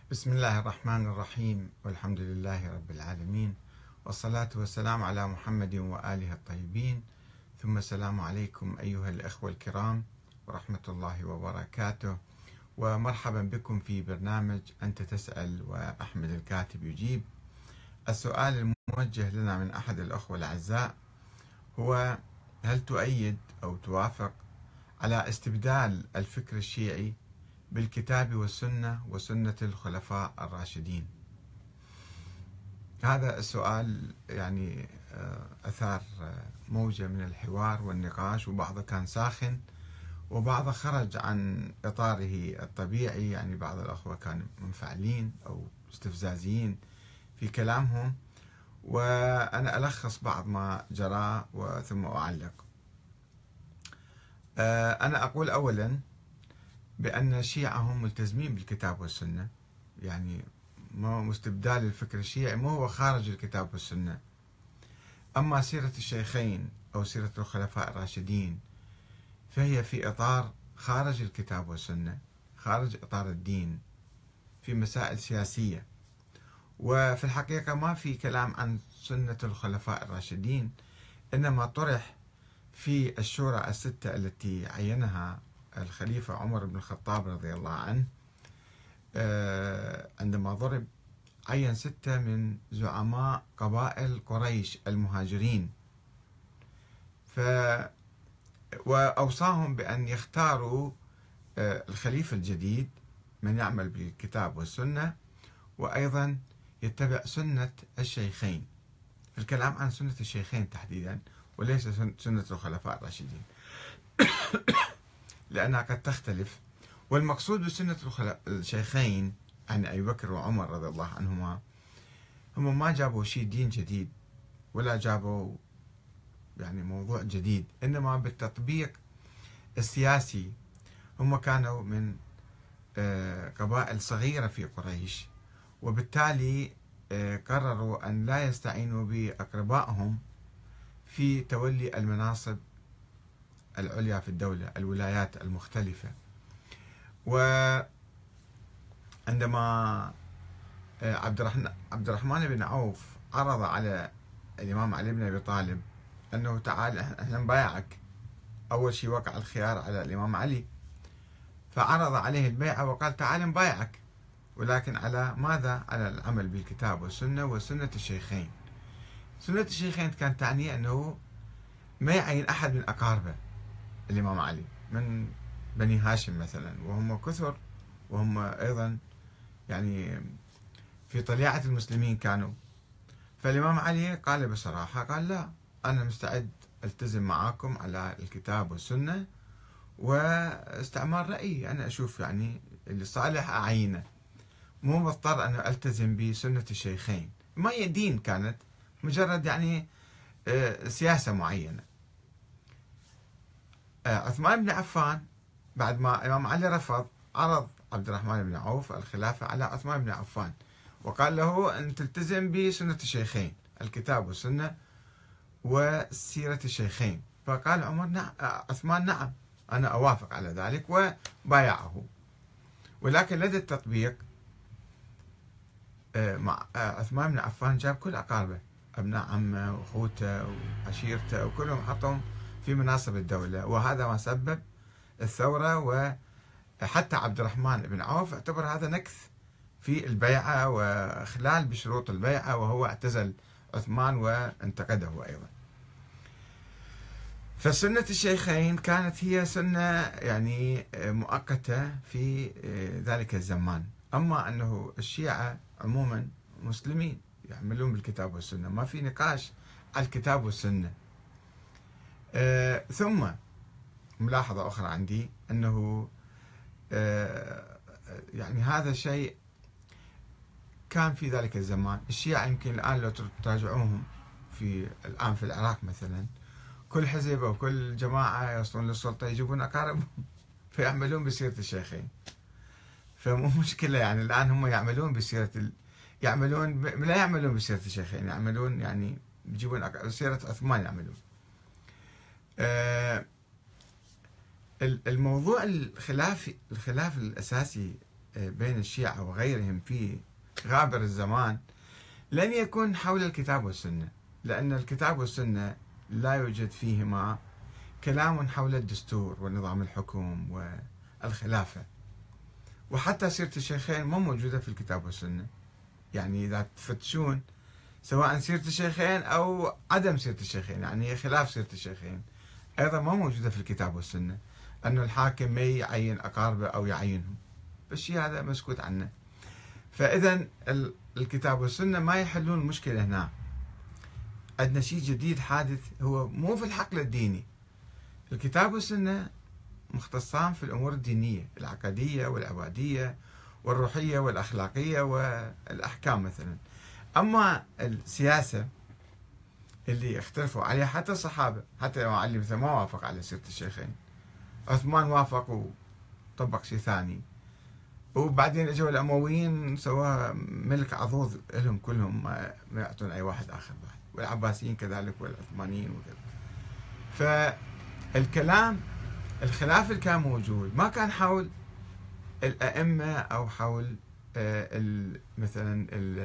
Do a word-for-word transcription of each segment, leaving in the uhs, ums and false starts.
بسم الله الرحمن الرحيم، والحمد لله رب العالمين، والصلاة والسلام على محمد وآله الطيبين، ثم السلام عليكم أيها الأخوة الكرام ورحمة الله وبركاته، ومرحبا بكم في برنامج أنت تسأل وأحمد الكاتب يجيب. السؤال الموجه لنا من أحد الأخوة الأعزاء هو: هل تؤيد أو توافق على استبدال الفكر الشيعي بالكتاب والسنة وسنة الخلفاء الراشدين؟ هذا السؤال يعني أثار موجة من الحوار والنقاش، وبعضه كان ساخن وبعضه خرج عن إطاره الطبيعي، يعني بعض الأخوة كانوا منفعلين أو استفزازيين في كلامهم، وأنا ألخص بعض ما جرى وثم أعلق. أنا أقول أولا بأن الشيعة هم ملتزمين بالكتاب والسنة، يعني ما مستبدال الفكر الشيعي ما هو خارج الكتاب والسنة. أما سيرة الشيخين أو سيرة الخلفاء الراشدين فهي في إطار خارج الكتاب والسنة، خارج إطار الدين، في مسائل سياسية، وفي الحقيقة ما في كلام عن سنة الخلفاء الراشدين، إنما طرح في الشورى الستة التي عينها الخليفة عمر بن الخطاب رضي الله عنه عندما ضرب، عين ستة من زعماء قبائل قريش المهاجرين، ف وأوصاهم بأن يختاروا الخليفة الجديد من يعمل بالكتاب والسنة، وأيضا يتبع سنة الشيخين. الكلام عن سنة الشيخين تحديدا، وليس سنة الخلفاء الراشدين لأنها قد تختلف. والمقصود بسنة الشيخين عن أبي بكر وعمر رضي الله عنهما، هم ما جابوا شيء دين جديد ولا جابوا يعني موضوع جديد، إنما بالتطبيق السياسي. هم كانوا من قبائل صغيرة في قريش، وبالتالي قرروا أن لا يستعينوا بأقربائهم في تولي المناصب العليا في الدولة، الولايات المختلفة. وعندما عبد الرحمن بن عوف عرض على الإمام علي بن أبي طالب أنه تعال احنا نبايعك، أول شيء وقع الخيار على الإمام علي، فعرض عليه البيعة وقال تعال نبايعك، ولكن على ماذا؟ على العمل بالكتاب والسنة وسنة الشيخين. سنة الشيخين كانت تعني أنه ما يعين أحد من أقاربه الإمام علي من بني هاشم مثلا، وهم كثر، وهم أيضا يعني في طليعة المسلمين كانوا. فالإمام علي قال بصراحة، قال لا، أنا مستعد ألتزم معاكم على الكتاب والسنة، واستعمال رأيي أنا أشوف يعني اللي صالح أعينه، مو مضطر أن ألتزم بسنة الشيخين. ما هي دين، كانت مجرد يعني سياسة معينة. عثمان بن عفان بعد ما الإمام علي رفض، عرض عبد الرحمن بن عوف الخلافة على عثمان بن عفان، وقال له أن تلتزم بسنة الشيخين، الكتاب والسنة وسيرة الشيخين. فقال عمر نعم، عثمان نعم، أنا أوافق على ذلك، وبايعه. ولكن لدى التطبيق مع عثمان بن عفان جاب كل أقاربه، أبناء عمه وأخوته وعشيرته، وكلهم حطهم في مناصب الدولة، وهذا ما سبب الثورة. وحتى عبد الرحمن بن عوف اعتبر هذا نكث في البيعة وإخلال بشروط البيعة، وهو اعتزل عثمان وانتقده أيضا. فسنة الشيخين كانت هي سنة يعني مؤقتة في ذلك الزمان. أما أنه الشيعة عموما مسلمين يعملون بالكتاب والسنة، ما في نقاش على الكتاب والسنة. آه ثم ملاحظة أخرى عندي، أنه آه يعني هذا الشيء كان في ذلك الزمان. الشيعة يمكن الآن لو تراجعوهم في الآن في العراق مثلا، كل حزب أو كل جماعة يوصلون للسلطة يجيبون أقاربهم فيعملون بسيرة الشيخين. فمو مشكلة يعني الآن هم يعملون بسيرة ال... يعملون ب... لا يعملون بسيرة الشيخين، يعملون يعني يجيبون أق... سيرة عثمان يعملون. آه الموضوع الخلاف الخلاف الأساسي بين الشيعة وغيرهم في غابر الزمان لم يكن حول الكتاب والسنة، لأن الكتاب والسنة لا يوجد فيهما كلام حول الدستور ونظام الحكم والخلافة، وحتى سيرة الشيخين مو موجودة في الكتاب والسنة. يعني إذا تفتشون سواء سيرة الشيخين أو عدم سيرة الشيخين، يعني خلاف سيرة الشيخين، أيضا ما موجودة في الكتاب والسنة، أنه الحاكم ما يعين أقاربه أو يعينهم، بالشيء هذا مسكوت عنه. فإذا الكتاب والسنة ما يحلون المشكلة هنا. عندنا شيء جديد حادث، هو مو في الحقل الديني. الكتاب والسنة مختصان في الأمور الدينية العقدية والعبادية والروحية والأخلاقية والأحكام مثلا. أما السياسة اللي اختلفوا عليها حتى الصحابة، حتى علي مثلا ما وافق على سيرة الشيخين، عثمان وافق وطبق شيء ثاني، وبعدين اجوا الأمويين سوا ملك عضوض لهم كلهم، ما يعطون أي واحد آخر بعد، والعباسيين كذلك والعثمانيين وكذا. فالكلام الخلاف اللي كان موجود ما كان حول الأئمة أو حول مثلا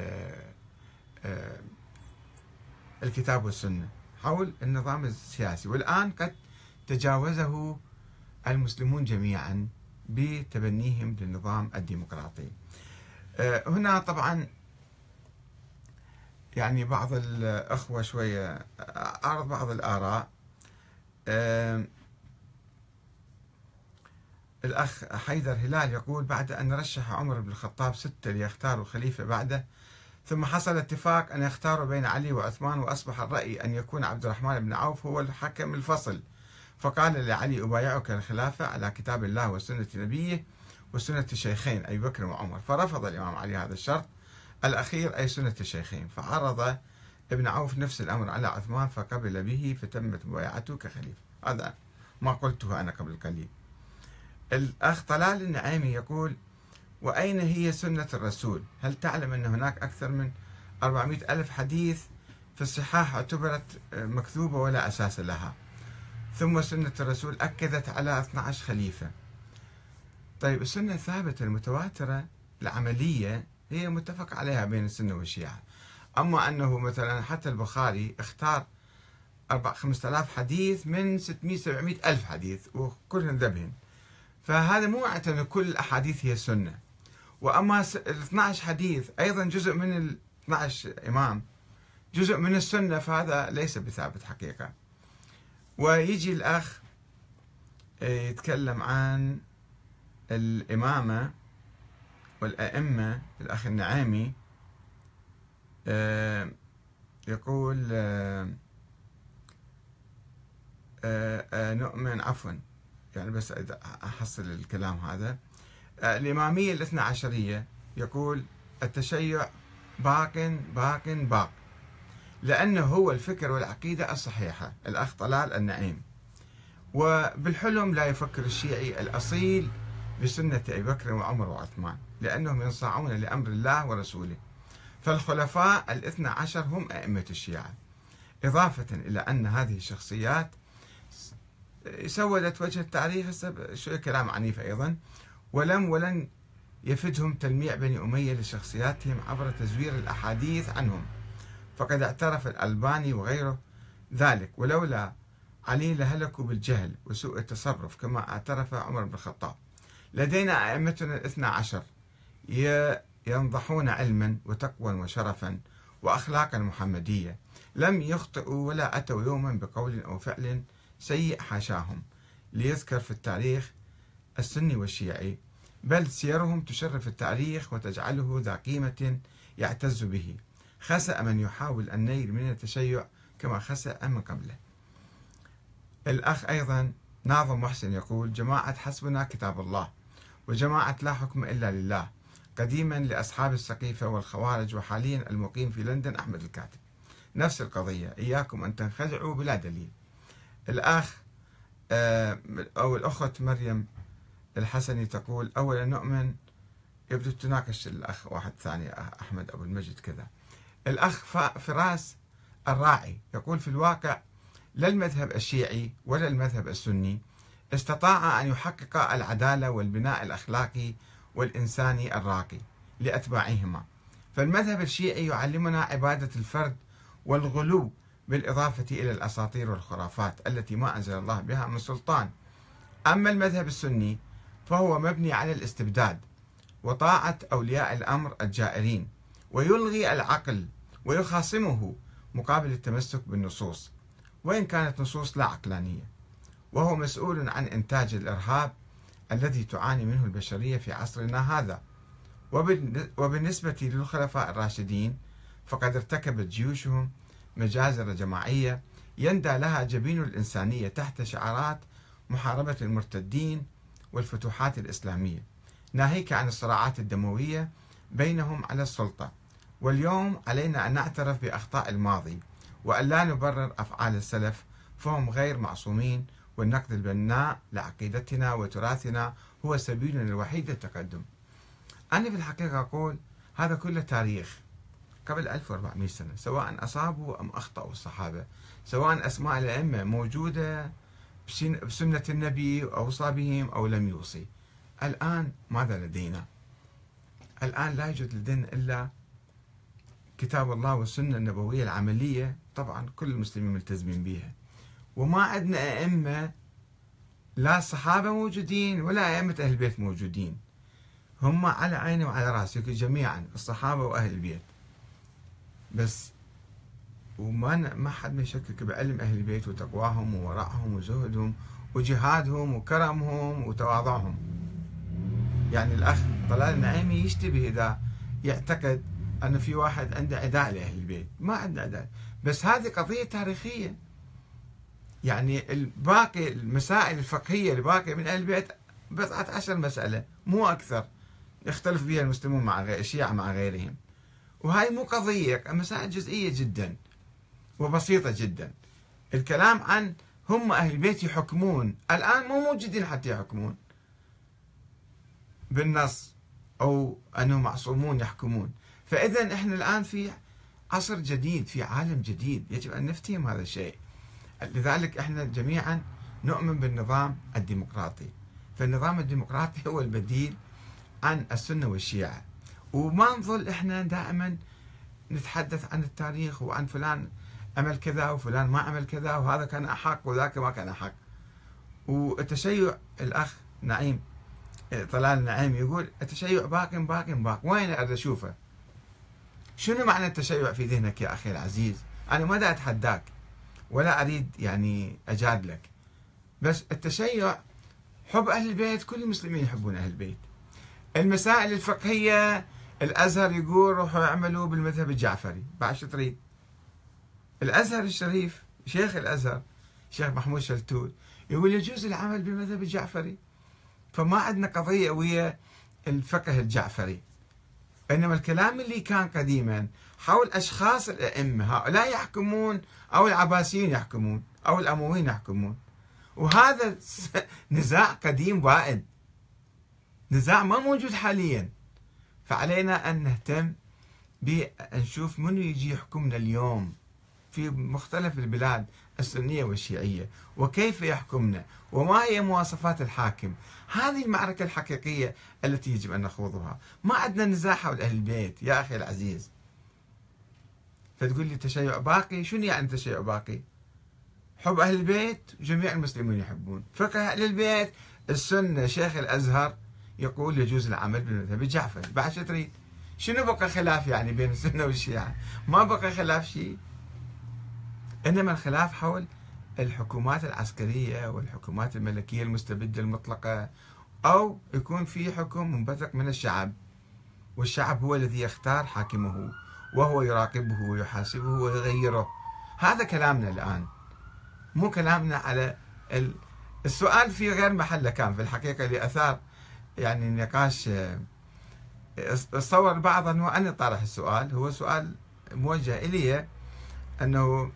الكتاب والسنة، حول النظام السياسي. والآن قد تجاوزه المسلمون جميعا بتبنيهم للنظام الديمقراطي. هنا طبعا يعني بعض الأخوة شوية أعرض بعض الآراء. الأخ حيدر هلال يقول: بعد أن رشح عمر بن الخطاب ستة ليختاروا خليفة بعده، ثم حصل اتفاق أن يختاروا بين علي وعثمان، وأصبح الرأي أن يكون عبد الرحمن بن عوف هو الحكم الفصل، فقال لعلي: أبايعك الخلافة على كتاب الله وسنة نبيه وسنة الشيخين أبي بكر وعمر. فرفض الإمام علي هذا الشرط الأخير أي سنة الشيخين، فعرض ابن عوف نفس الأمر على عثمان فقبل به، فتمت مبايعته كخليفة. هذا ما قلته أنا قبل قليل. الأخ طلال النعيمي يقول: وأين هي سنة الرسول؟ هل تعلم أن هناك أكثر من أربعمائة ألف حديث في الصحاح اعتبرت مكذوبة ولا أساس لها، ثم سنة الرسول أكدت على اثني عشر خليفة. طيب السنة الثابتة المتواترة العملية هي متفق عليها بين السنة والشيعة. أما أنه مثلا حتى البخاري اختار خمسة آلاف حديث من ستمائة سبعمائة ألف حديث وكلهم ذبهن، فهذا مو معناته أن كل الأحاديث هي سنة. وأما ال اثني عشر حديث أيضا جزء من ال اثني عشر إمام جزء من السنة، فهذا ليس بثابت حقيقة. ويجي الأخ يتكلم عن الإمامة والأئمة، الأخ النعيمي يقول نؤمن عفوا يعني بس أحصل الكلام هذا. الإمامية الاثنى عشرية يقول: التشيع باق باق باق، لأنه هو الفكر والعقيدة الصحيحة. الأخ طلال النعيم. وبالحلم لا يفكر الشيعي الأصيل بسنة أبي بكر وعمر وعثمان، لأنهم ينصاعون لأمر الله ورسوله. فالخلفاء الاثنى عشر هم أئمة الشيعة، إضافة إلى أن هذه الشخصيات سودت وجه التاريخ. شوية كلام عنيف أيضا. ولم ولن يفدهم تلميع بني أمية لشخصياتهم عبر تزوير الأحاديث عنهم، فقد اعترف الألباني وغيره ذلك. ولولا علي لهلكوا بالجهل وسوء التصرف كما اعترف عمر بن الخطاب. لدينا أئمتنا الاثنى عشر ينضحون علما وتقوى وشرفا وأخلاقا محمدية، لم يخطئوا ولا أتوا يوما بقول أو فعل سيء حاشاهم ليذكر في التاريخ السني والشيعي، بل سيرهم تشرف التاريخ وتجعله ذا قيمة يعتز به. خسأ من يحاول النيل من التشيع كما خسأ من قبله. الأخ أيضا ناظم محسن يقول: جماعة حسبنا كتاب الله، وجماعة لا حكم إلا لله، قديما لأصحاب السقيفة والخوارج، وحاليا المقيم في لندن أحمد الكاتب. نفس القضية، إياكم أن تنخدعوا بلا دليل. الأخ أو الأخت مريم الحسني تقول: أولا نؤمن، يبدو تناقش الأخ واحد ثاني أحمد أبو المجد كذا. الأخ فراس الراعي يقول: في الواقع لا المذهب الشيعي ولا المذهب السني استطاع أن يحقق العدالة والبناء الأخلاقي والإنساني الراقي لأتباعهما. فالمذهب الشيعي يعلمنا عبادة الفرد والغلو بالإضافة إلى الأساطير والخرافات التي ما أنزل الله بها من سلطان. أما المذهب السني فهو مبني على الاستبداد وطاعة أولياء الأمر الجائرين، ويلغي العقل ويخاصمه مقابل التمسك بالنصوص، وإن كانت نصوص لا عقلانية. وهو مسؤول عن إنتاج الإرهاب الذي تعاني منه البشرية في عصرنا هذا. وبالنسبة للخلفاء الراشدين فقد ارتكبت جيوشهم مجازر جماعية يندى لها جبين الإنسانية تحت شعارات محاربة المرتدين والفتوحات الإسلامية، ناهيك عن الصراعات الدموية بينهم على السلطة. واليوم علينا أن نعترف بأخطاء الماضي وأن لا نبرر أفعال السلف، فهم غير معصومين، والنقد البناء لعقيدتنا وتراثنا هو سبيلنا الوحيد للتقدم. أنا في الحقيقة أقول هذا كله تاريخ قبل ألف وأربعمئة سنة، سواء أصابوا أم أخطأوا الصحابة، سواء أسماء الأئمة موجودة بسنة النبي أوصى بهم أو لم يوصي. الآن ماذا لدينا؟ الآن لا يوجد لدينا إلا كتاب الله والسنة النبوية العملية، طبعا كل المسلمين ملتزمين بها، وما عندنا أئمة، لا الصحابة موجودين ولا أئمة أهل البيت موجودين، هم على عيني وعلى راسي جميعا الصحابة وأهل البيت بس. وما ما حد ما يشكك بعلم أهل البيت وتقواهم وورعهم وزهدهم وجهادهم وكرمهم وتواضعهم. يعني الأخ طلال النعيمي يشتبه إذا يعتقد أن في واحد عنده عداء لأهل البيت، ما عندنا عداء، بس هذه قضية تاريخية. يعني الباقي المسائل الفقهية الباقية من أهل البيت بضعة عشر مسألة مو أكثر يختلف فيها المسلمون مع غير الشيعة مع غيرهم، وهاي مو قضية، مسائل جزئية جدا وبسيطة جدا. الكلام عن هم أهل البيت يحكمون، الآن مو موجودين حتى يحكمون بالنص أو أنهم معصومون يحكمون. فإذا إحنا الآن في عصر جديد، في عالم جديد، يجب أن نفتهم هذا الشيء. لذلك إحنا جميعا نؤمن بالنظام الديمقراطي، فالنظام الديمقراطي هو البديل عن السنة والشيعة. وما نظل إحنا دائما نتحدث عن التاريخ وعن فلان عمل كذا وفلان ما عمل كذا وهذا كان أحق وذاك ما كان أحق. والتشيع، الأخ نعيم طلال النعيم يقول التشيع باق باق باق، وين أريد أشوفه؟ شنو معنى التشيع في ذهنك يا أخي العزيز؟ أنا ما دا أتحداك ولا أريد يعني أجادلك، بس التشيع حب أهل البيت، كل المسلمين يحبون أهل البيت. المسائل الفقهية الأزهر يقول روحوا اعملوا بالمذهب الجعفري، بعد شو تريد؟ الأزهر الشريف شيخ الأزهر شيخ محمود شلتوت يقول يجوز العمل بالمذهب الجعفري، فما عندنا قضية ويا الفقه الجعفري. إنما الكلام اللي كان قديما حول أشخاص الأئمة، هؤلاء يحكمون أو العباسيين يحكمون أو الأمويين يحكمون، وهذا نزاع قديم بائد، نزاع ما موجود حاليا. فعلينا أن نهتم بنشوف من يجي يحكمنا اليوم في مختلف البلاد السنية والشيعية، وكيف يحكمنا وما هي مواصفات الحاكم. هذه المعركة الحقيقية التي يجب أن نخوضها. ما عندنا نزاع حول أهل البيت يا أخي العزيز. فتقول لي تشيع باقي، شنو يعني تشيع باقي؟ حب أهل البيت جميع المسلمين يحبون، فقه أهل البيت السنة شيخ الأزهر يقول يجوز العمل بالمذهب الجعفري، بعد شو تريد؟ شنو بقى خلاف يعني بين السنة والشيعة؟ ما بقى خلاف شيء، إنما الخلاف حول الحكومات العسكرية والحكومات الملكية المستبدة المطلقة، أو يكون في حكم منبثق من الشعب، والشعب هو الذي يختار حاكمه وهو يراقبه ويحاسبه ويغيره. هذا كلامنا الآن، مو كلامنا على ال... السؤال في غير محله. كان في الحقيقة اللي أثار يعني النقاش، تصور البعض أنه أنا طرح السؤال، هو سؤال موجه إلي أنه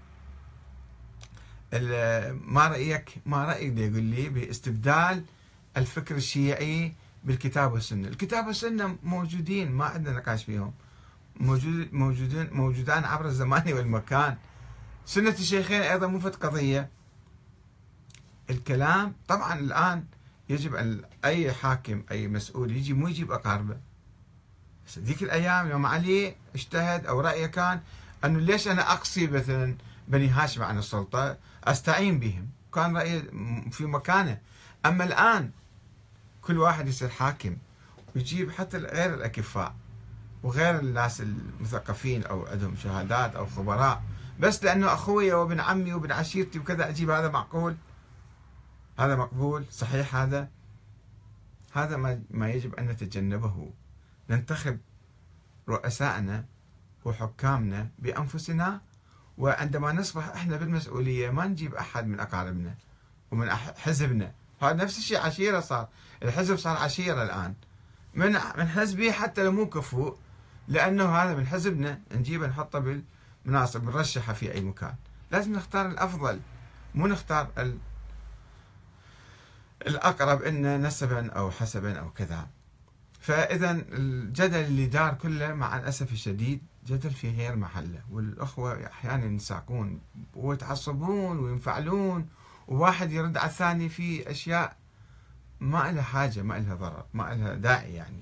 ما رأيك ما رأيك يقول لي باستبدال الفكر الشيعي بالكتاب والسنة. الكتاب والسنة موجودين، ما عندنا نقاش فيهم، موجود موجودين موجودان عبر الزمان والمكان. سنة الشيخين أيضا مو فت قضية. الكلام طبعا الآن يجب أن أي حاكم أي مسؤول يجي مو يجيب أقاربه. ذيك الأيام يوم علي اجتهد أو رأيه كان أنه ليش أنا أقصي مثلا بني هاشم عن السلطة، أستعين بهم، كان رأيه في مكانه. أما الآن كل واحد يصير حاكم ويجيب حتى غير الأكفاء وغير الناس المثقفين أو عندهم شهادات أو خبراء، بس لأنه أخوي وابن عمي وابن عشيرتي وكذا أجيب. هذا معقول؟ هذا مقبول؟ صحيح؟ هذا هذا ما ما يجب أن نتجنبه. ننتخب رؤسائنا وحكامنا بأنفسنا، وعندما نصبح احنا بالمسؤولية ما نجيب أحد من أقاربنا ومن حزبنا. هذا نفس الشيء عشيرة، صار الحزب صار عشيرة الآن، من من حزبي حتى لو مو كفؤ، لأنه هذا من حزبنا نجيبه نحطه بالمناصب نرشحه في أي مكان. لازم نختار الأفضل، مو نختار الأقرب إنا نسبا أو حسبا أو كذا. فإذا الجدل اللي دار كله مع الأسف الشديد جدل في غير محله، والأخوة أحيانا ينساقون ويتعصبون وينفعلون، وواحد يرد على الثاني في أشياء ما لها حاجة، ما لها ضرر، ما لها داعي يعني.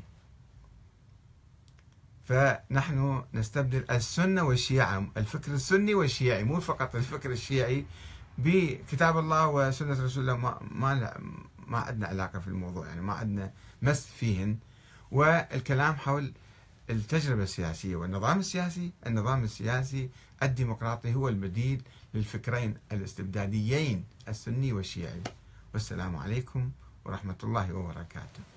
فنحن نستبدل السنة والشيعة، الفكر السني والشيعي، مو فقط الفكر الشيعي، بكتاب الله وسنة رسول الله. ما ما ما عندنا علاقة في الموضوع، يعني ما عندنا مس فيهن. والكلام حول التجربة السياسية والنظام السياسي. النظام السياسي الديمقراطي هو البديل للفكرين الاستبداديين السني والشيعي. والسلام عليكم ورحمة الله وبركاته.